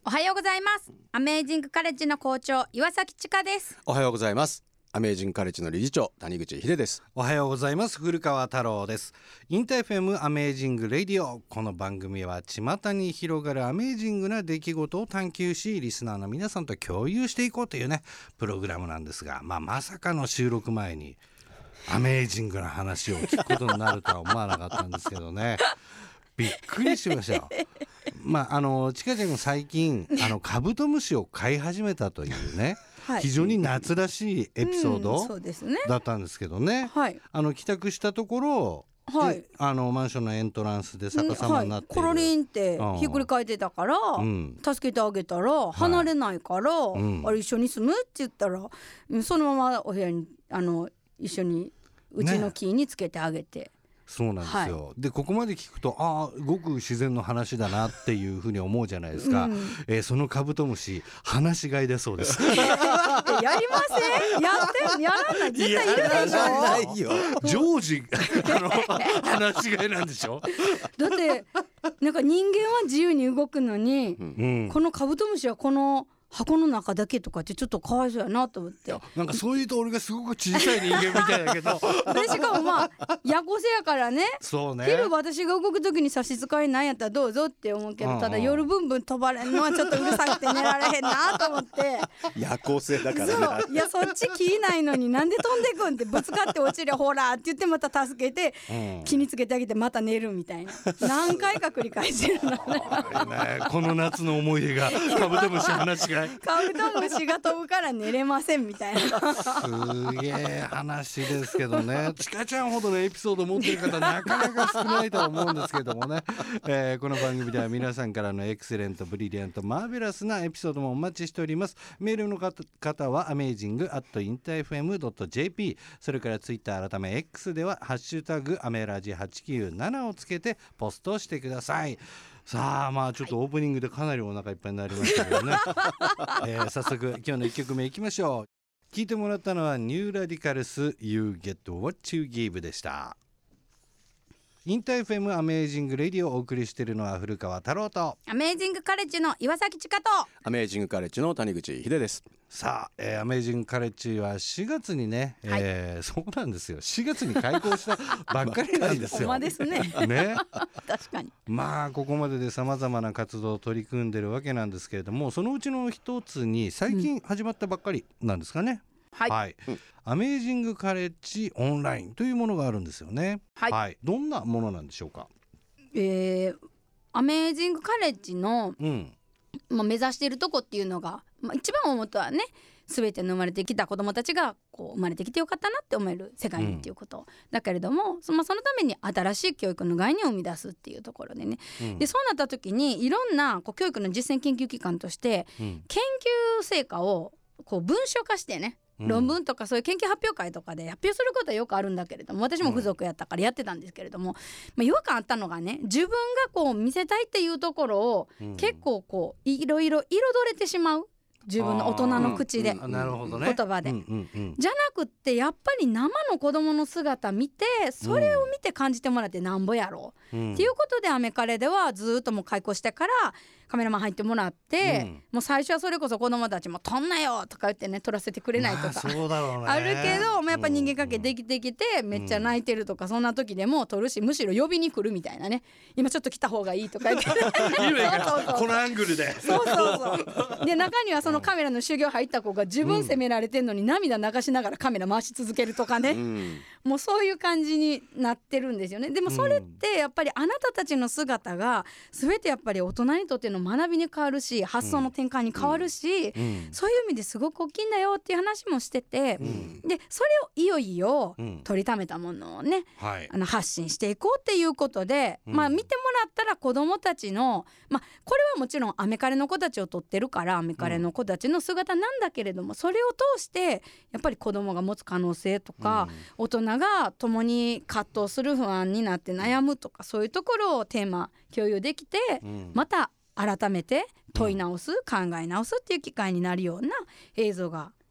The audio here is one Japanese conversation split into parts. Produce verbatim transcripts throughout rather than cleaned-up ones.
おはようございます。アメージングカレッジの校長岩崎千佳です。 おはようございます。アメージングカレッジの理事長谷口秀です。 おはようございます。古川太郎です。インター エフエム アメージングレディオ。この番組は巷に広がるアメージングな出来事を探求し、リスナーの皆さんと共有していこうというねプログラムなんですが、まあ、まさかの収録前にアメージングな話を聞くことになるとは思わなかったんですけどねびっくりしましたよ。まああのちかちゃんが最近あのカブトムシを飼い始めたというねはい、非常に夏らしいエピソード、うんそうですね、だったんですけどね、はい、あの帰宅したところ、はい、あのマンションのエントランスで逆さまになっている、 はい、コロリンってひっくり返ってたから、うん、助けてあげたら離れないから、はい、あれ一緒に住むって言ったらそのままお部屋にあの一緒にうちの木につけてあげて、ねそうなんですよ、はい、でここまで聞くとああごく自然の話だなっていうふうに思うじゃないですか、うんえー、そのカブトムシ放し飼いだそうですやりませんやってやらない絶対いるでしょ。 やらないよ常時あの放し飼いなんでしょ。 だってなんか人間は自由に動くのに、うん、このカブトムシはこの箱の中だけとかってちょっとかわいそうやなと思って。 なんかそういうと俺がすごく小さい人間みたいだけどでしかもまあ夜行性やからねそうね昼私が動く時に差し支えないんやったらどうぞって思うけど、うんうん、ただ夜ブンブン飛ばれんのはちょっとうるさくて寝られへんなと思って夜行性だからね。 そういやそっち木ないのになんで飛んでくんってぶつかって落ちりゃほらって言ってまた助けて、うん、木につけてあげてまた寝るみたいな何回か繰り返してるのねこの夏の思い出がカブトムシ話がカブトムシが飛ぶから寝れませんみたいなすげえ話ですけどねちかちゃんほどのエピソードを持っている方なかなか少ないとは思うんですけどもね、えー、この番組では皆さんからのエクセレントブリリアントマーベラスなエピソードもお待ちしております。メールの方はアメージングアットインターエフエムドットジェーピー それからツイッター改め X ではハッシュタグアメラジはちきゅうななをつけてポストしてください。さあまあちょっとオープニングでかなりお腹いっぱいになりましたけどね、えー、早速今日のいっきょくめいきましょう。聴いてもらったのはニューラディカルス You Get What You Give でした。インター エフエム アメージングレディをお送りしているのは古川太郎とアメージングカレッジの岩崎千佳とアメージングカレッジの谷口秀です。 さあ、えー、アメージングカレッジはしがつにね、はい、えー、そうなんですよしがつに開校したばっかりなんですよ。 ほんまですねね確かにまあここまででさまざまな活動を取り組んでるわけなんですけれども、そのうちの一つに最近始まったばっかりなんですかね、うんはいはいうん、アメージングカレッジオンラインというものがあるんですよね、はいはい、どんなものなんでしょうか。 えー、アメージングカレッジの、うんまあ、目指しているとこっていうのが、まあ、一番思うとはね全ての生まれてきた子どもたちがこう生まれてきてよかったなって思える世界にっていうこと、うん、だけれども そ,、まあ、そのために新しい教育の概念を生み出すっていうところでね、うん、でそうなった時にいろんなこう教育の実践研究機関として、うん、研究成果をこう文書化してね論文とかそういう研究発表会とかで発表することはよくあるんだけれども、私も付属やったからやってたんですけれども、まあ、違和感あったのがね自分がこう見せたいっていうところを結構こういろいろ彩れてしまう自分の大人の口で、 うんなるほどね、 言葉で、うんうんうん、じゃなくってやっぱり生の子供の姿見てそれを見て感じてもらってなんぼやろう、うん、っていうことでアメカレではずっともう開校してからカメラマン入ってもらって、うん、もう最初はそれこそ子供たちも撮んなよとか言ってね撮らせてくれないとか、まあそうだろうね、あるけど、まあ、やっぱ人間関係できてきてめっちゃ泣いてるとか、うん、そんな時でも撮るしむしろ呼びに来るみたいなね、今ちょっと来た方がいいとか言ってこのアングルでそうそうそうで中にはそのカメラの修行入った子が自分責められてんのに涙流しながらカメラ回し続けるとかね、うん、もうそういう感じになってるんですよね。でもそれってやっぱりあなたたちの姿が全てやっぱり大人にとっての学びに変わるし発想の転換に変わるし、うんうん、そういう意味ですごく大きいんだよっていう話もしてて、うん、でそれをいよいよ取りためたものをね、うんはい、あの発信していこうっていうことで、うんまあ、見てもらったら子どもたちの、まあ、これはもちろんアメカレの子たちを撮ってるからアメカレの子たちの姿なんだけれども、それを通してやっぱり子どもが持つ可能性とか、うん、大人が共に葛藤する不安になって悩むとかそういうところをテーマ共有できて、うん、また改めて問い直す、うん、考え直すっていう機会になるような映像が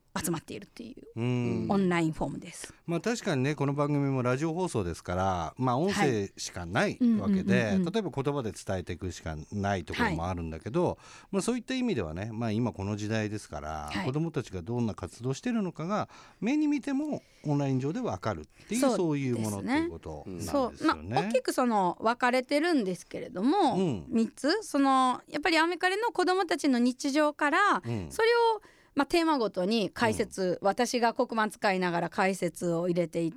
集まっているっていううんオンラインフォームです。 まあ、確かにねこの番組もラジオ放送ですから、まあ、音声しかないわけで、 はいうんうんうんうん、 例えば言葉で伝えていくしかないところもあるんだけど、はいまあ、そういった意味ではね、まあ、今この時代ですから、はい、子どもたちがどんな活動しているのかが目に見てもオンライン上で分かるっていうそういうものっていうことなんですよね。 そう、まあ、大きくその分かれてるんですけれども、うん、みっつそのやっぱりアメカレの子どもたちの日常から、うん、それをまあ、テーマごとに解説、うん、私が黒板使いながら解説を入れていって、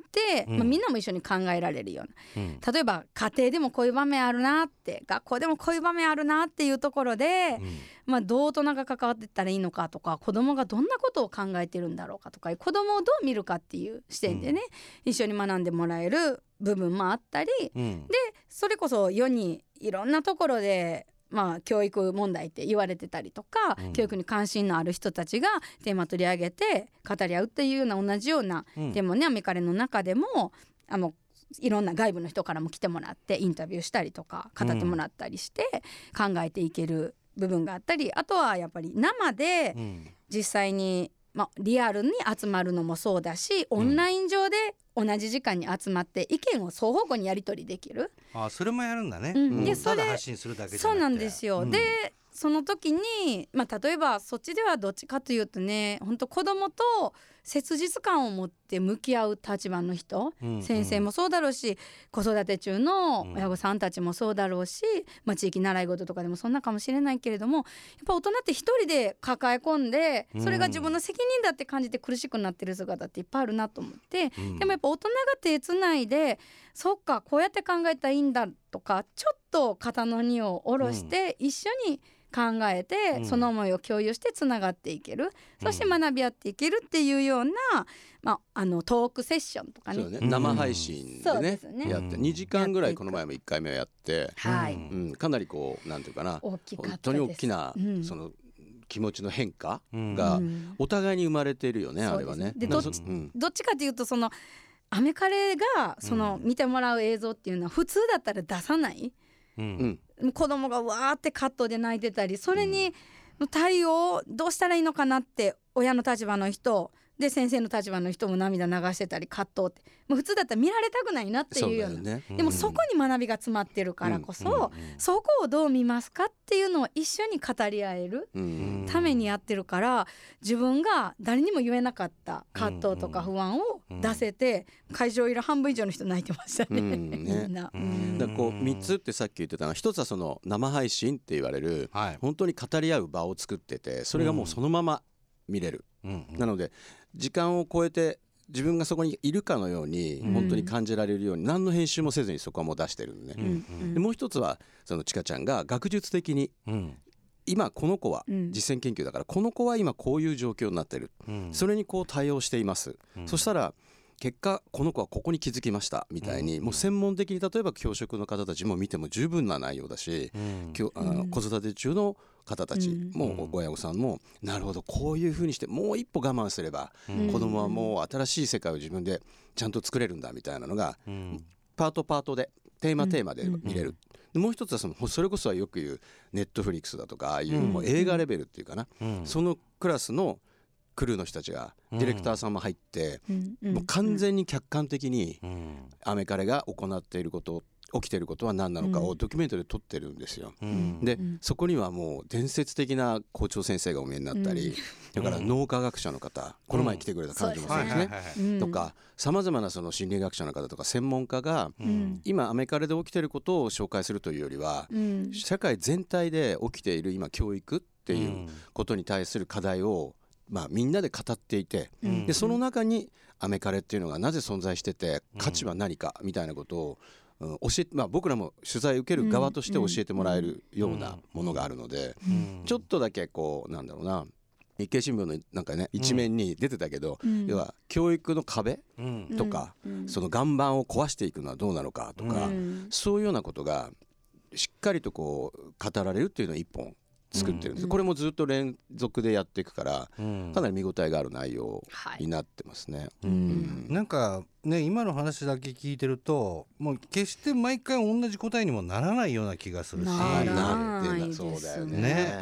うんまあ、みんなも一緒に考えられるような、うん、例えば家庭でもこういう場面あるなって学校でもこういう場面あるなっていうところで、うんまあ、どう大人が関わっていったらいいのかとか子どもがどんなことを考えてるんだろうかとか子どもをどう見るかっていう視点でね、うん、一緒に学んでもらえる部分もあったり、うん、でそれこそ世にいろんなところでまあ、教育問題って言われてたりとか、うん、教育に関心のある人たちがテーマ取り上げて語り合うっていうような同じような、うん、でもねアメカレの中でもあのいろんな外部の人からも来てもらってインタビューしたりとか語ってもらったりして考えていける部分があったり、あとはやっぱり生で実際に、まあ、リアルに集まるのもそうだしオンライン上で同じ時間に集まって意見を双方向にやり取りできる。 ああそれもやるんだね、 うん、でそれただ発信するだけじゃなくてそうなんですよ、 うん、 でその時に、まあ、例えばそっちではどっちかというとね本当子供と切実感を持って向き合う立場の人、うん、先生もそうだろうし子育て中の親御さんたちもそうだろうし、まあ、地域習い事とかでもそんなかもしれないけれどもやっぱ大人って一人で抱え込んでそれが自分の責任だって感じて苦しくなってる姿っていっぱいあるなと思って、うん、でもやっぱ大人が手つないでそっかこうやって考えたらいいんだとかちょっと肩の荷を下ろして一緒に考えて、うん、その思いを共有してつながっていける、うん、そして学び合っていけるっていうような、まあ、あのトークセッションとか ね, ね生配信で ね,、うん、ねやってにじかんぐらいこの前もいっかいめやって、 はいうん、かなりこうなんていうかな大きかったです。 本当に大きな、うん、その気持ちの変化がお互いに生まれているよね、うん、あれはね。 で ど, っち、うん、どっちかというとそのアメカレがその見てもらう映像っていうのは普通だったら出さない、うんうん、子供がわーってカットで泣いてたりそれに対応どうしたらいいのかなって親の立場の人で先生の立場の人も涙流してたり葛藤ってもう普通だったら見られたくないなっていうようなそうだよね、 でもそこに学びが詰まってるからこそ、うんうんうん、そこをどう見ますかっていうのを一緒に語り合えるためにやってるから自分が誰にも言えなかった葛藤とか不安を出せて会場いる半分以上の人泣いてましたね、うん、ねみんな、うん、 だからこうみっつってさっき言ってたのは一つはその生配信って言われる、はい、本当に語り合う場を作っててそれがもうそのまま見れる、うんうん、なので時間を超えて自分がそこにいるかのように本当に感じられるように何の編集もせずにそこはもう出してるんでね、うんうん、でもう一つはそのちかちゃんが学術的に、うん、今この子は実践研究だからこの子は今こういう状況になってる、うん、それにこう対応しています、うん、そしたら結果この子はここに気づきましたみたいに、うん、もう専門的に例えば教職の方たちも見ても十分な内容だし、うん、きょあの子育て中の方たちも親御さんもなるほどこういうふうにしてもう一歩我慢すれば、うん、子供はもう新しい世界を自分でちゃんと作れるんだみたいなのが、うん、パートパートでテーマテーマで見れる、うん、もう一つはそのそれこそはよく言うネットフリックスだとかああいうもう映画レベルっていうかな、うん、そのクラスのクルーの人たちがディレクターさんも入って、うん、もう完全に客観的にアメカレが行っていること起きていることは何なのかをドキュメントで撮ってるんですよ、うん、で、うん、そこにはもう伝説的な校長先生がお見えになったり、うん、だから脳科学者の方、うん、この前来てくれた彼女もそうですね、うん、とかさまざまなその心理学者の方とか専門家が、うん、今アメカレで起きていることを紹介するというよりは、うん、社会全体で起きている今教育っていうことに対する課題をまあ、みんなで語っていて、うん、でその中にアメカレっていうのがなぜ存在してて価値は何かみたいなことを、うん、教え、まあ、僕らも取材を受ける側として教えてもらえるようなものがあるので、うん、ちょっとだけこうなんだろうな日経新聞のなんかね一面に出てたけど、うん、要は教育の壁とか、うん、その岩盤を壊していくのはどうなのかとか、うん、そういうようなことがしっかりとこう語られるっていうのを一本作ってるんです、うん、これもずっと連続でやっていくから、うん、かなり見応えがある内容になってますね、はいうんうん、なんかね今の話だけ聞いてるともう決して毎回同じ答えにもならないような気がするしならないですね。 ね本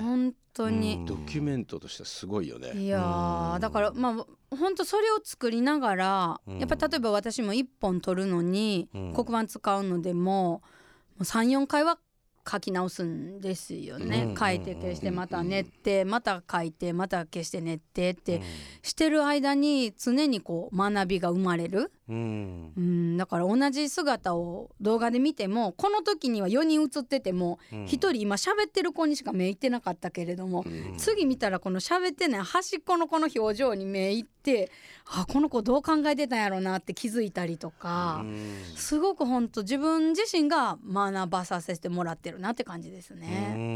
当にドキュメントとしてはすごいよね。 いやだからまあ本当それを作りながら、やっぱり例えば私もいっぽん撮るのに黒板使うのでもさんよんかいは書き直すんですよね、うん、書いて消してまた練ってまた書いてまた消して練ってってしてる間に常にこう学びが生まれる、うんうん、だから同じ姿を動画で見てもこの時にはよにん写っててもひとり今喋ってる子にしか目いってなかったけれども、うん、次見たらこの喋ってない端っこの子の表情に目いってあこの子どう考えてたんやろうなって気づいたりとか、うん、すごく本当自分自身が学ばさせてもらってるなって感じですね。 うん、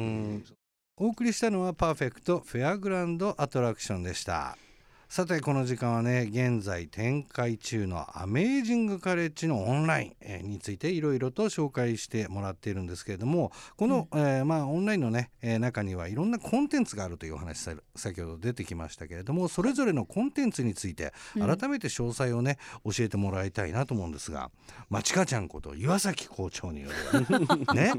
お送りしたのはパーフェクトフェアグランドアトラクションでした。さてこの時間はね現在展開中のアメージングカレッジのオンラインについていろいろと紹介してもらっているんですけれども、この、うんえーまあ、オンラインの、ね、中にはいろんなコンテンツがあるというお話先ほど出てきましたけれども、それぞれのコンテンツについて改めて詳細をね教えてもらいたいなと思うんですが、まあ、ちかちゃんこと岩崎校長によるね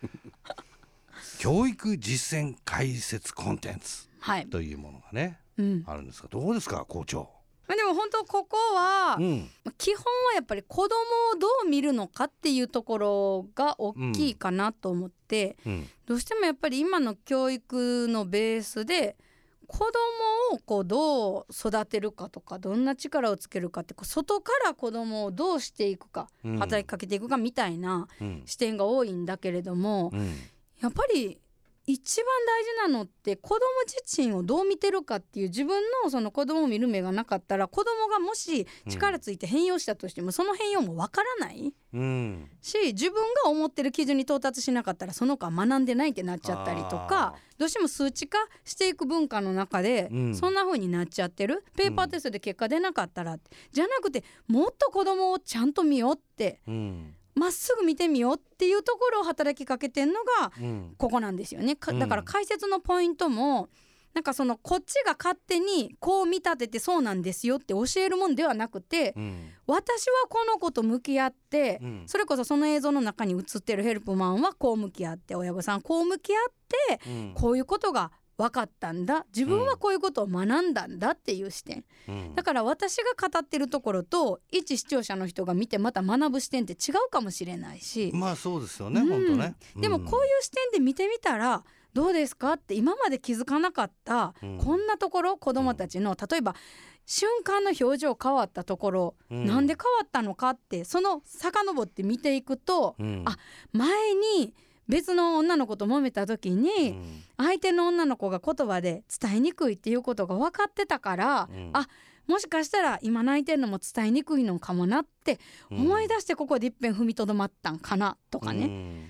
教育実践解説コンテンツというものがね、うん、あるんですがどうですか校長。 でも本当ここは、うん、基本はやっぱり子供をどう見るのかっていうところが大きいかなと思って、うんうん、どうしてもやっぱり今の教育のベースで子供をこうどう育てるかとかどんな力をつけるかってこう外から子供をどうしていくか、うん、働きかけていくかみたいな視点が多いんだけれども、うん、やっぱり一番大事なのって子供自身をどう見てるかっていう自分のその子供を見る目がなかったら子供がもし力ついて変容したとしても、うん、その変容もわからない、うん、し自分が思ってる基準に到達しなかったらその子は学んでないってなっちゃったりとか、どうしても数値化していく文化の中でそんな風になっちゃってる、うん、ペーパーテストで結果出なかったら、うん、じゃなくてもっと子供をちゃんと見ようって、うんまっすぐ見てみようっていうところを働きかけてんのがここなんですよね、うん、だから解説のポイントもなんかそのこっちが勝手にこう見立ててそうなんですよって教えるもんではなくて、うん、私はこの子と向き合って、うん、それこそその映像の中に映ってるヘルプマンはこう向き合って親御さんこう向き合って、うん、こういうことが分かったんだ自分はこういうことを学んだんだっていう視点、うん、だから私が語ってるところと一視聴者の人が見てまた学ぶ視点って違うかもしれないし、 まあそうですよね、うん、本当ね、 うん、でもこういう視点で見てみたらどうですかって今まで気づかなかった、うん、こんなところ子どもたちの例えば瞬間の表情変わったところ、うん、なんで変わったのかってその遡って見ていくと、うん、あ前に別の女の子と揉めた時に、うん、相手の女の子が言葉で伝えにくいっていうことが分かってたから、うん、あもしかしたら今泣いてるのも伝えにくいのかもなって思い出してここでいっぺん踏みとどまったんかなとかね、うん、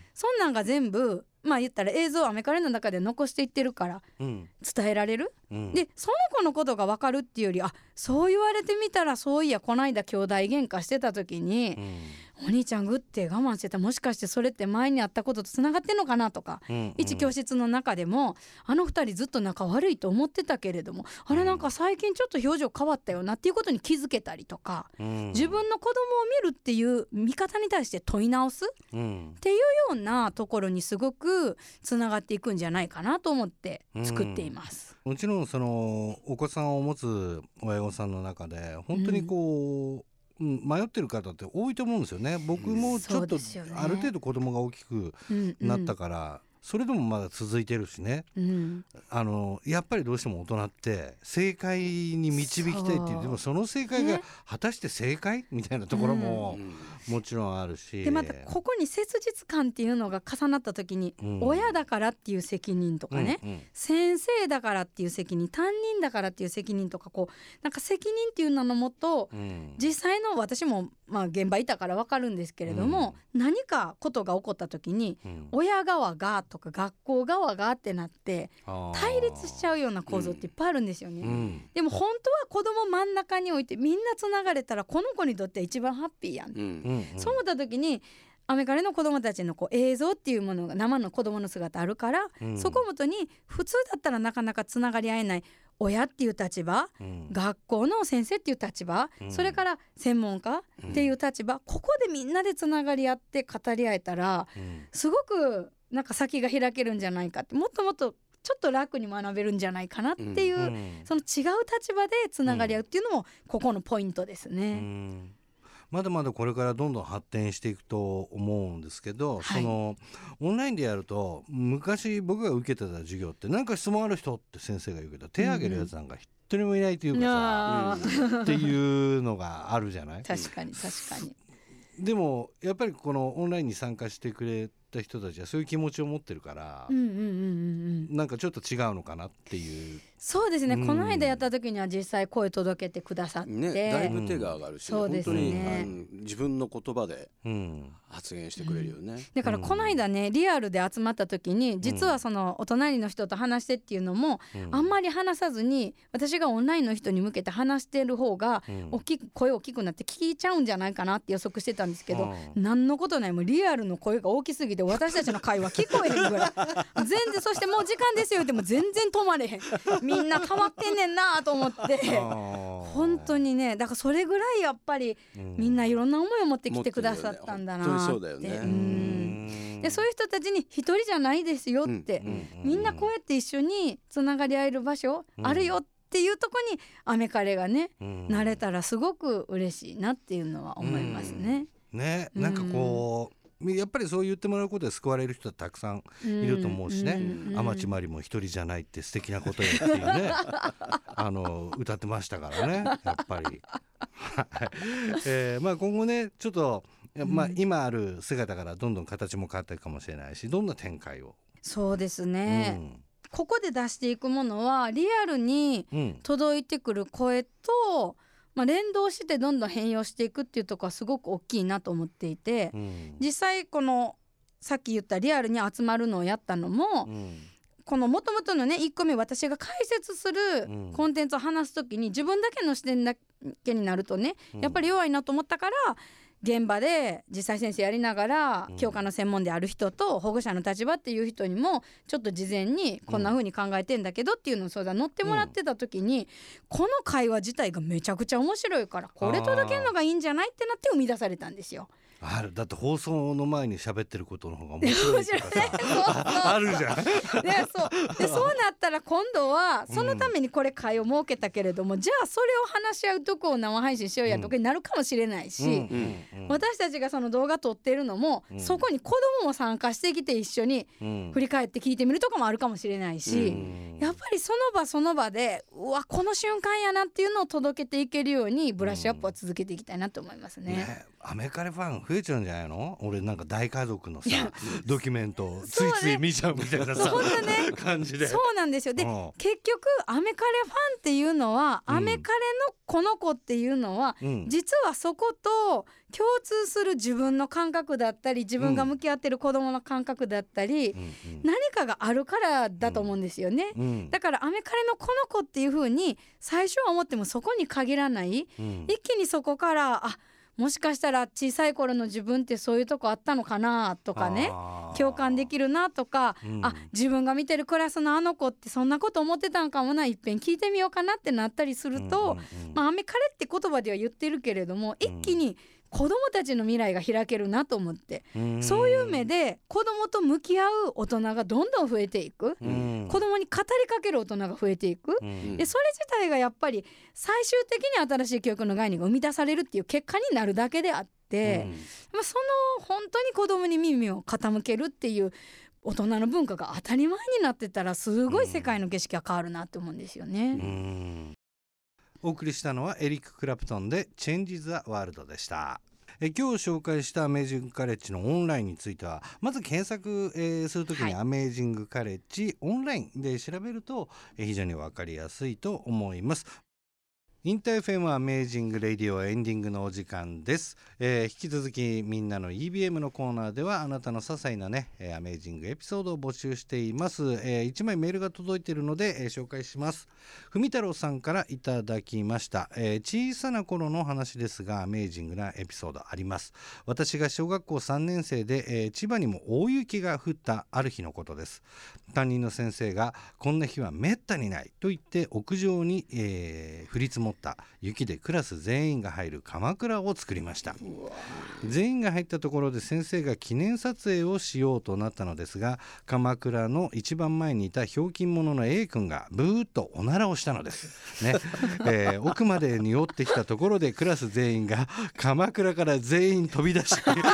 そんなんが全部まあ言ったら映像をアメカレの中で残していってるから伝えられる、うん、でその子のことが分かるっていうよりあそう言われてみたらそういやこないだ兄弟喧嘩してた時に、うん、お兄ちゃんグッて我慢してたもしかしてそれって前にあったこととつながってんのかなとか、うんうん、一教室の中でもあの二人ずっと仲悪いと思ってたけれども、うん、あれなんか最近ちょっと表情変わったよなっていうことに気づけたりとか、うん、自分の子供を見るっていう見方に対して問い直す、うん、っていうようなところにすごくつながっていくんじゃないかなと思って作っています、 うん、もちろんそのお子さんを持つ親御さんの中で本当にこう、うん、迷ってる方って多いと思うんですよね。僕もちょっとある程度子供が大きくなったから、うんうん、それでもまだ続いてるしね、うん、あのやっぱりどうしても大人って正解に導きたいっていう、でもその正解が果たして正解みたいなところももちろんあるし、 でまたここに切実感っていうのが重なった時に、うん、親だからっていう責任とかね、うんうん、先生だからっていう責任、担任だからっていう責任とか、こうなんか責任っていうののもと、うん、実際の私もまあ現場いたから分かるんですけれども、うん、何かことが起こった時に、うん、親側がとか学校側がってなって対立しちゃうような構造っていっぱいあるんですよね、うん、でも本当は子供真ん中に置いてみんなつながれたらこの子にとって一番ハッピーやん、うん、そう思った時にアメカレの子供たちのこう映像っていうものが生の子供の姿あるから、うん、そこもとに普通だったらなかなかつながり合えない親っていう立場、うん、学校の先生っていう立場、うん、それから専門家っていう立場、うん、ここでみんなでつながり合って語り合えたら、うん、すごくなんか先が開けるんじゃないかって、もっともっとちょっと楽に学べるんじゃないかなっていう、うん、その違う立場でつながり合うっていうのもここのポイントですね、うん、 まだまだこれからどんどん発展していくと思うんですけど、はい、そのオンラインでやると昔僕が受けてた授業って何か質問ある人って先生が言うけど手挙げるやつなんか一人もいないというかさ、うん、っていうのがあるじゃない。 確かに確かに。 でもやっぱりこのオンラインに参加してくれた人たちはそういう気持ちを持ってるから、うんうんうんうん、なんかちょっと違うのかなっていう。 そうですね、うん、この間やった時には実際声届けてくださって、ね、 だいぶ手が上がるし、ね、 そうですね、 本当に自分の言葉で発言してくれるよね、うん、 だからこの間ねリアルで集まった時に実はそのお隣の人と話してっていうのも、うん、あんまり話さずに私がオンラインの人に向けて話してる方が大きく声大きくなって聞いちゃうんじゃないかなって予測してたんですけど、うん、何のことない、もうリアルの声が大きすぎて私たちの会話聞こえへんぐらい全然、そしてもう時間ですよっても全然止まれへん、みんな溜まってんねんなと思って本当にね、だからそれぐらいやっぱりみんないろんな思いを持ってきてくださったんだなって、 本当にそうだよね、 うん、でそういう人たちに一人じゃないですよって、うんうんうん、みんなこうやって一緒につながり合える場所あるよっていうとこにアメカレがね、うん、慣れたらすごく嬉しいなっていうのは思いますね、 うん、ね、なんかこう、うん、やっぱりそう言ってもらうことで救われる人はたくさんいると思うしね、うん、天地真理も一人じゃないって素敵なことよっていうねあの歌ってましたからねやっぱり、えーまあ、今後ねちょっと、まあ、今ある姿からどんどん形も変わっていくかもしれないし、どんな展開を。 そうですね、うん、ここで出していくものはリアルに届いてくる声と、まあ、連動してどんどん変容していくっていうところはすごく大きいなと思っていて、うん、実際このさっき言ったリアルに集まるのをやったのも、うん、この元々のねいっこめ私が解説するコンテンツを話すときに自分だけの視点だけになるとね、やっぱり弱いなと思ったから現場で実際先生やりながら教科の専門である人と保護者の立場っていう人にもちょっと事前にこんな風に考えてんだけどっていうのを相談乗ってもらってた時に、この会話自体がめちゃくちゃ面白いからこれ届けるのがいいんじゃないってなって生み出されたんですよ。 ある、だって放送の前に喋ってることの方が面白いとかさあるじゃんで そうでそうなったら今度はそのためにこれ会を設けたけれども、うん、じゃあそれを話し合うとこを生配信しようやとかになるかもしれないし、うんうんうん、私たちがその動画撮ってるのも、うん、そこに子供も参加してきて一緒に振り返って聞いてみるとかもあるかもしれないし、うん、やっぱりその場その場でうわこの瞬間やなっていうのを届けていけるようにブラッシュアップは続けていきたいなと思いますね、ね、 アメカレファン増えちゃうんじゃないの？俺なんか大家族のさドキュメントをついつい見ちゃうみたいなさ、そんな、ね、感じで。 そうなんですよ。で、うん、結局アメカレファンっていうのは、うん、アメカレのこの子っていうのは、うん、実はそこと共通する自分の感覚だったり自分が向き合ってる子供の感覚だったり、うん、何かがあるからだと思うんですよね、うん、だからアメカレのこの子っていう風に最初は思ってもそこに限らない、うん、一気にそこからあもしかしたら小さい頃の自分ってそういうとこあったのかなとかね、共感できるなとか、うん、あ自分が見てるクラスのあの子ってそんなこと思ってたんかもな、いっぺん聞いてみようかなってなったりすると、うんうんうん、まあアメカレって言葉では言ってるけれども、一気に子供たちの未来が開けるなと思って、うん、そういう目で子供と向き合う大人がどんどん増えていく、うん、子供に語りかける大人が増えていく、うん、でそれ自体がやっぱり最終的に新しい教育の概念が生み出されるっていう結果になるだけであって、うんまあ、その本当に子供に耳を傾けるっていう大人の文化が当たり前になってたらすごい世界の景色が変わるなって思うんですよね、うん、 お送りしたのはエリック・クラプトンで Change the World でした。え今日紹介したアメージングカレッジのオンラインについてはまず検索、えー、するときにアメージングカレッジオンラインで調べると、えー、非常に分かりやすいと思います。インター エフエム アメージングレディオエンディングのお時間です、えー、引き続きみんなの イービーエム のコーナーではあなたの些細なねアメージングエピソードを募集しています、えー、いちまいメールが届いているので、えー、紹介します。ふみ太郎さんからいただきました、えー、小さな頃の話ですがアメージングなエピソードあります。私が小学校さんねん生で、えー、千葉にも大雪が降ったある日のことです。担任の先生がこんな日はめったにないと言って屋上に、えー、降り積も持った雪でクラス全員が入るかまくらを作りました。全員が入ったところで先生が記念撮影をしようとなったのですが、かまくらの一番前にいたひょうきん者の A 君がブーッとおならをしたのです、ねえー、奥まで匂ってきたところでクラス全員がかまくらから全員飛び出し、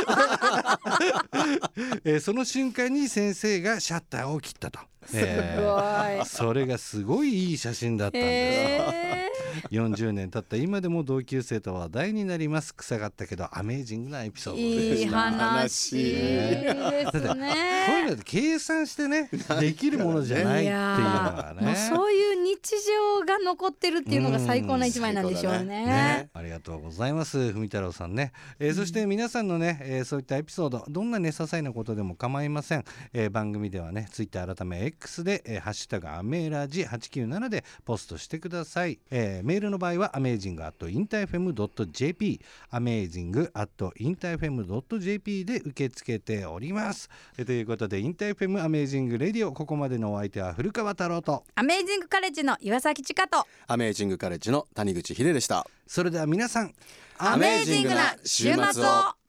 えー、その瞬間に先生がシャッターを切ったと。えー、それがすごいいい写真だったんです、えー、よんじゅうねん経った今でも同級生と話題になります。臭かったけどアメージングなエピソードでした。 いい話ですね。 こういうのって計算してねできるものじゃないっていうのはね、 もうそういう日常が残ってるっていうのが最高な一枚なんでしょう ね, ね, ねありがとうございます文太郎さんね、えー、そして皆さんのね、えー、そういったエピソードどんなね些細なことでも構いません、えー、番組ではねツイッター改め X で、えー、ハッシュタグアメーラジはちきゅうななでポストしてください、えー、メールの場合は アメージング アット インターエフエム ドット ジェーピー アメージング アット インターエフエム ドット ジェーピー で受け付けております、えー、ということでインターエフエム アメージングレディオ、ここまでのお相手は古川太郎とアメージングカレッジの岩崎千佳とアメージングカレッジの谷口秀でした。 それでは皆さんアメージングな週末を。